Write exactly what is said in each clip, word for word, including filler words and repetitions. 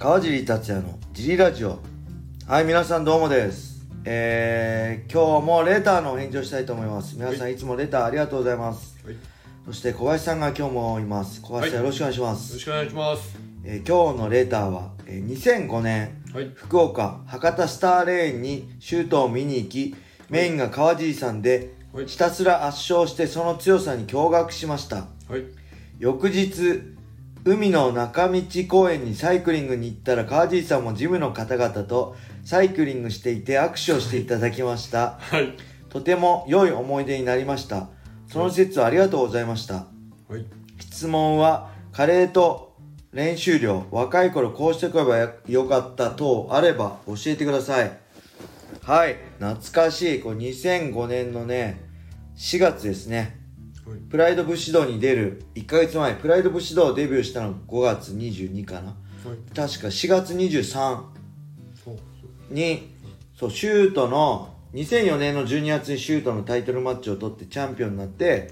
川尻達也のジリラジオ。はい、皆さんどうもです。えー、今日もレターの返事をしたいと思います。皆さん、はい、いつもレターありがとうございます、はい、そして小林さんが今日もいます。小林さん、はい、よろしくお願いします。 よろしくお願いします。 えー、今日のレターは、えー、にせんごねん、はい、福岡博多スターレーンにシュートを見に行き、メインが川尻さんで、はい、ひたすら圧勝してその強さに驚愕しました、はい、翌日海の中道公園にサイクリングに行ったら川尻さんもジムの方々とサイクリングしていて握手をしていただきました、はい、とても良い思い出になりました。その説はありがとうございました、はい、質問はカレーと練習量、若い頃こうしておけばよかった等あれば教えてください。はい、懐かしい。これにせんごねんのねしがつですね、はい、プライド武士道に出るいっかげつまえ、プライド武士道デビューしたのがごがつにじゅうにかな、はい、確かしがつにじゅうさんにそうシュートのにせんよねんのじゅうにがつにシュートのタイトルマッチを取ってチャンピオンになって、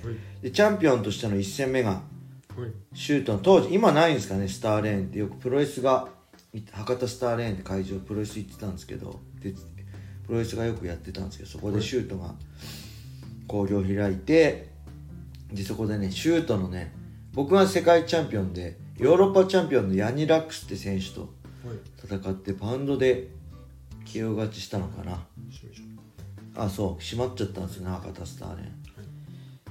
はい、でチャンピオンとしてのいっ戦目が、はい、シュートの当時、今ないんですかね、スターレーンってよくプロレスが博多スターレーンって会場プロレス行ってたんですけど、でプロレスがよくやってたんですけど、そこでシュートが興行を開いて、でそこでねシュートのね、僕が世界チャンピオンでヨーロッパチャンピオンのヤニ・ラックスって選手と戦ってパウンドでケーオー勝ちしたのかな、あ、そう閉まっちゃったんですよね、博多スターレーン、はい、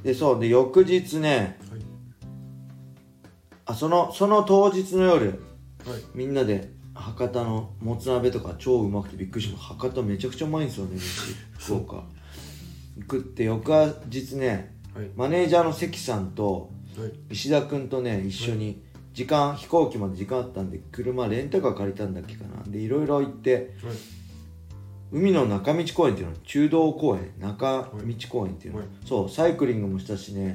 でそうで翌日ね、はい、あそのその当日の夜、はい、みんなで博多のもつ鍋とか超うまくてびっくりしました。博多めちゃくちゃうまいんですよね、福岡食って、翌日ね、はい、マネージャーの関さんと石田君とね一緒に時間、はい、飛行機まで時間あったんで車レンタカー借りたんだっけかな、でいろいろ行って、はい、海の中道公園っていうの、中道公園、中道公園っていうの、はい、そうサイクリングもしたしね、はい、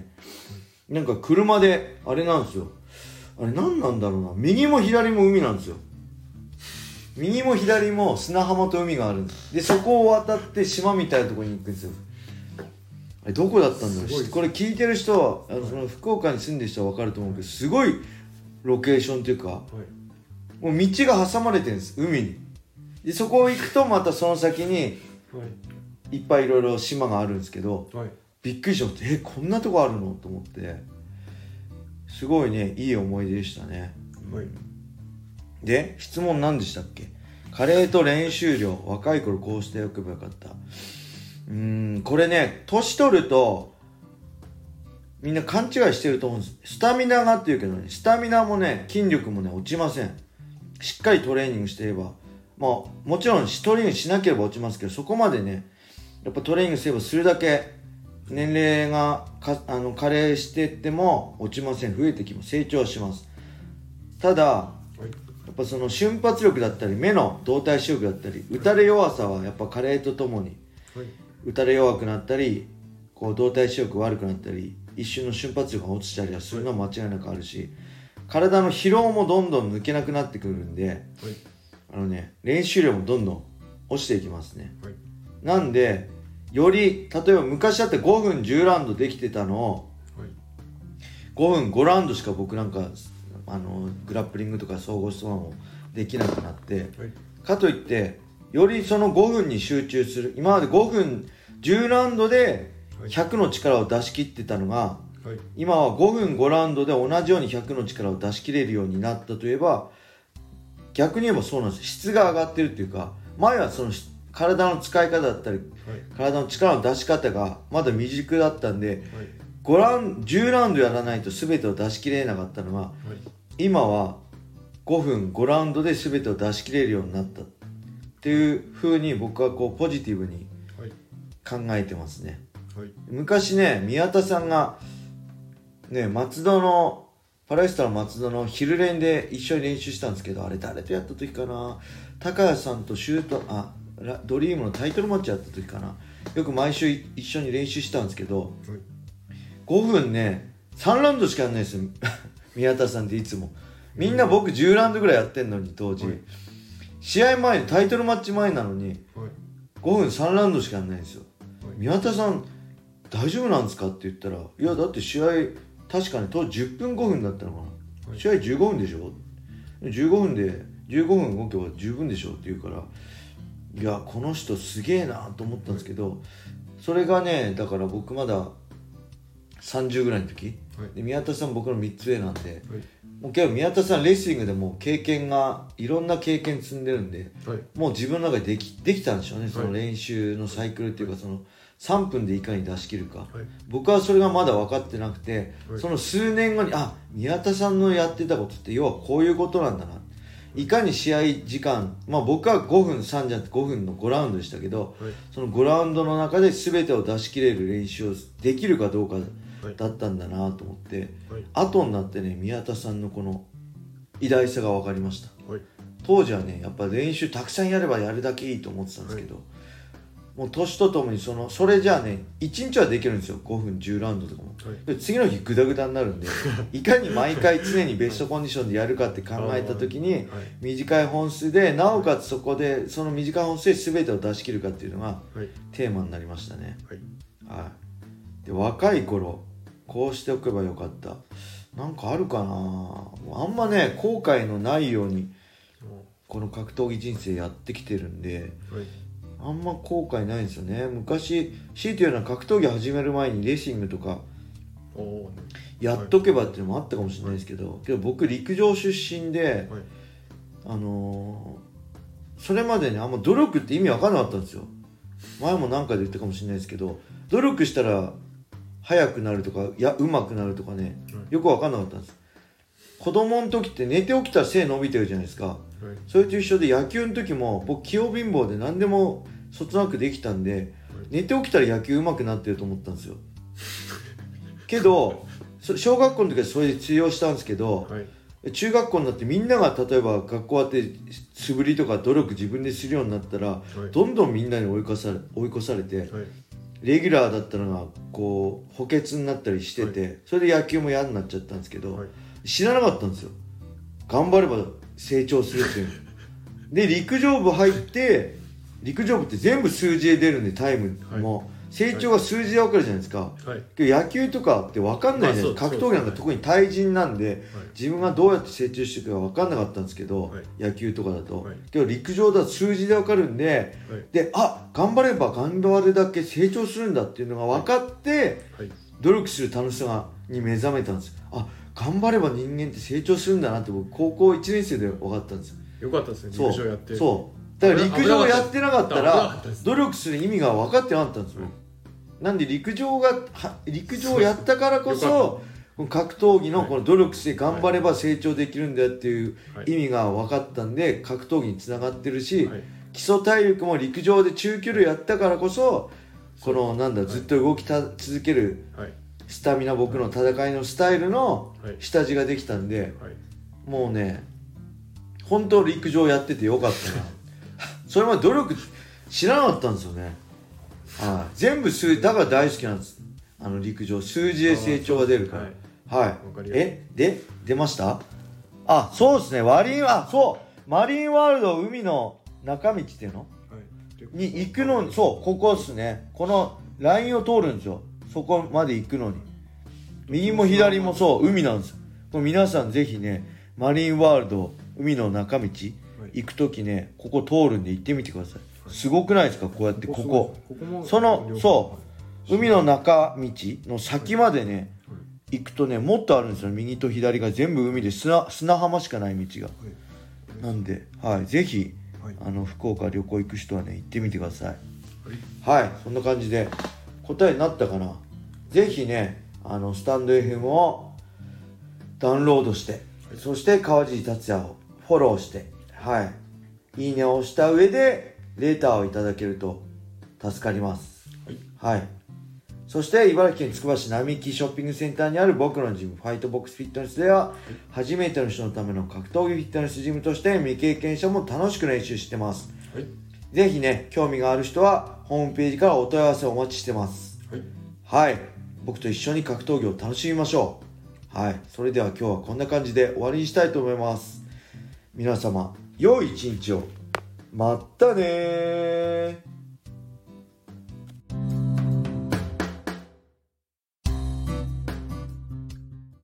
なんか車であれなんですよ、あれ何なんだろうな、右も左も海なんですよ。右も左も砂浜と海があるんです。でそこを渡って島みたいなところに行くんですよ。あれどこだったんだろう。これ聞いてる人はあのその福岡に住んでる人は分かると思うけど、すごいロケーションっていうか、はい、もう道が挟まれてるんです、海に。でそこを行くとまたその先にいっぱいいろいろ島があるんですけど、はい、びっくりしました。えこんなとこあるのと思って、すごいねいい思い出でしたね、はい、で質問何でしたっけ。カレーと練習量、若い頃こうしておけばよかった。うーんこれね、年取るとみんな勘違いしてると思うんです。スタミナがっていうけどね、スタミナもね筋力もね落ちません。しっかりトレーニングしていれば、まあもちろんトレーニングしなければ落ちますけど、そこまでねやっぱトレーニングすればするだけ年齢がかあの加齢してっても落ちません。増えてきます。成長します。ただやっぱその瞬発力だったり目の動体視力だったり打たれ弱さはやっぱ加齢とともに打たれ弱くなったり、こう動体視力悪くなったり、一瞬の瞬発力が落ちたりはするのは間違いなくあるし、体の疲労もどんどん抜けなくなってくるんで、あのね練習量もどんどん落ちていきますね。なんでより例えば昔だってごふんじゅうラウンドできてたのをごふんごラウンドしか僕なんかあのグラップリングとか総合質問もできなくなって、はい、かといってよりそのごふんに集中する、今までごふんじゅうラウンドでひゃくの力を出し切ってたのが、はい、今はごふんごラウンドで同じようにひゃくの力を出し切れるようになったといえば逆に言えばそうなんです。質が上がってるっていうか、前はその体の使い方だったり、はい、体の力の出し方がまだ未熟だったんで、はい、ごラウンドじゅうラウンドやらないと全てを出し切れなかったのが、はい、今はごふんごラウンドで全てを出し切れるようになったっていう風に僕はこうポジティブに考えてますね、はい、昔ね宮田さんがね松戸のパラエスタの松戸の昼練で一緒に練習したんですけど、あれ誰とやった時かな、高谷さんとシュートあドリームのタイトルマッチやった時かな、よく毎週一緒に練習したんですけど、はい、ごふんねさんラウンドしかやんないですよ宮田さんっていつもみんな僕じゅうラウンドぐらいやってんのに当時、はい、試合前タイトルマッチ前なのに、はい、ごふんさんラウンドしかやんないんですよ、はい、宮田さん大丈夫なんですかって言ったら、いやだって試合確かに当時じゅっぷんごふんだったのかな、はい、試合じゅうごふんでしょ、じゅうごふんでじゅうごふん動けば十分でしょって言うから、いやこの人すげえなと思ったんですけど、それがねだから僕まださんじゅうぐらいの時、はい、で宮田さん僕のみっつ上なんで、はい、もう結構宮田さんレスリングでも経験がいろんな経験積んでるんで、はい、もう自分の中ででき、できたんでしょうね、その練習のサイクルっていうか、そのさんぷんでいかに出し切るか、はい、僕はそれがまだ分かってなくて、はい、その数年後にあ宮田さんのやってたことって要はこういうことなんだな、いかに試合時間、まあ僕はごふんさんじゃなくてごふんのごラウンドでしたけど、はい、そのごラウンドの中で全てを出し切れる練習をできるかどうかだったんだなと思って、はい、後になってね宮田さんのこの偉大さが分かりました、はい、当時はねやっぱ練習たくさんやればやるだけいいと思ってたんですけど、はい、もう年とともにそのそれじゃあねいちにちはできるんですよ、ごふんじゅうラウンドとかも、はい、で次の日グダグダになるんでいかに毎回常にベストコンディションでやるかって考えた時に、はい、短い本数でなおかつそこでその短い本数で全てを出し切るかっていうのがテーマになりましたね、はいはい、で若い頃こうしておけばよかった、なんかあるかな、あんまね後悔のないようにこの格闘技人生やってきてるんで、はい、あんま後悔ないんですよね。昔強いて言うのは格闘技始める前にレスリングとかやっとけばっていうのもあったかもしれないですけど、はい、けど僕陸上出身で、はい、あのー、それまでねあんま努力って意味わかんなかったんですよ。前も何回で言ったかもしれないですけど、努力したら速くなるとかや上手くなるとかね、よく分かんなかったんです。子供の時って寝て起きたら背伸びてるじゃないですか、はい、それと一緒で野球の時も僕器用貧乏で何でもそつなくできたんで、はい、寝て起きたら野球上手くなってると思ったんですよけど小学校の時はそれで通用したんですけど、はい、中学校になってみんなが例えば学校終わって素振りとか努力自分でするようになったら、はい、どんどんみんなに追い越され、追い越されて、はい、レギュラーだったのがこう補欠になったりしてて、はい、それで野球も嫌になっちゃったんですけど、はい、知らなかったんですよ、頑張れば成長するっていうで陸上部入って陸上部って全部数字で出るんでタイムも、はい、成長が数字で分かるじゃないですか、はい、けど野球とかって分かんないじゃないですか、格闘技なんか特に対人なんで、はい、自分がどうやって成長していくか分かんなかったんですけど、はい、野球とかだと、はい、けど陸上だと数字で分かるんで、はい、であ頑張れば頑張るだけ成長するんだっていうのが分かって、はい、努力する楽しさがに目覚めたんです。あ頑張れば人間って成長するんだなって僕高校いちねん生で分かったんですよ。 よかったですね、陸上やって。 そうだから陸上やってなかったら努力する意味が分かってなかったんですよ、はい、なんで陸上が陸上をやったからこそ格闘技のこの努力して頑張れば成長できるんだっていう意味が分かったんで格闘技につながってるし、はい、基礎体力も陸上で中距離やったからこそこのなんだずっと動きた続けるスタミナ僕の戦いのスタイルの下地ができたんで、もうね本当陸上やっててよかったなそれまで努力知らなかったんですよね、はい、全部数字だから大好きなんです。あの陸上数字で成長が出るからはい、はい、えで出ました。あそうですねマリンあそうマリンワールド海の中道っていうの、はい、に行くのそうここですね、このラインを通るんですよ、そこまで行くのに右も左もそう海なんですよ。これ皆さんぜひねマリンワールド海の中道行くときねここ通るんで行ってみてください。すごくないですかこうやってここそのそう海の中道の先までね行くとねもっとあるんですよ。右と左が全部海で 砂, 砂浜しかない道がなんで、はい、ぜひあの福岡旅行行く人はね行ってみてください。はい、そんな感じで答えになったかな。ぜひねあのスタンド エフエム をダウンロードして、そして川尻達也をフォローして、はい、いいねを押した上でレーターをいただけると助かります。はい。はい、そして茨城県つくば市並木ショッピングセンターにある僕のジムファイトボックスフィットネスでは、はい、初めての人のための格闘技フィットネスジムとして未経験者も楽しく練習してます。はい、ぜひね興味がある人はホームページからお問い合わせをお待ちしてます。はい、はい、僕と一緒に格闘技を楽しみましょう。はい、それでは今日はこんな感じで終わりにしたいと思います。皆様良い一日を。まったねー。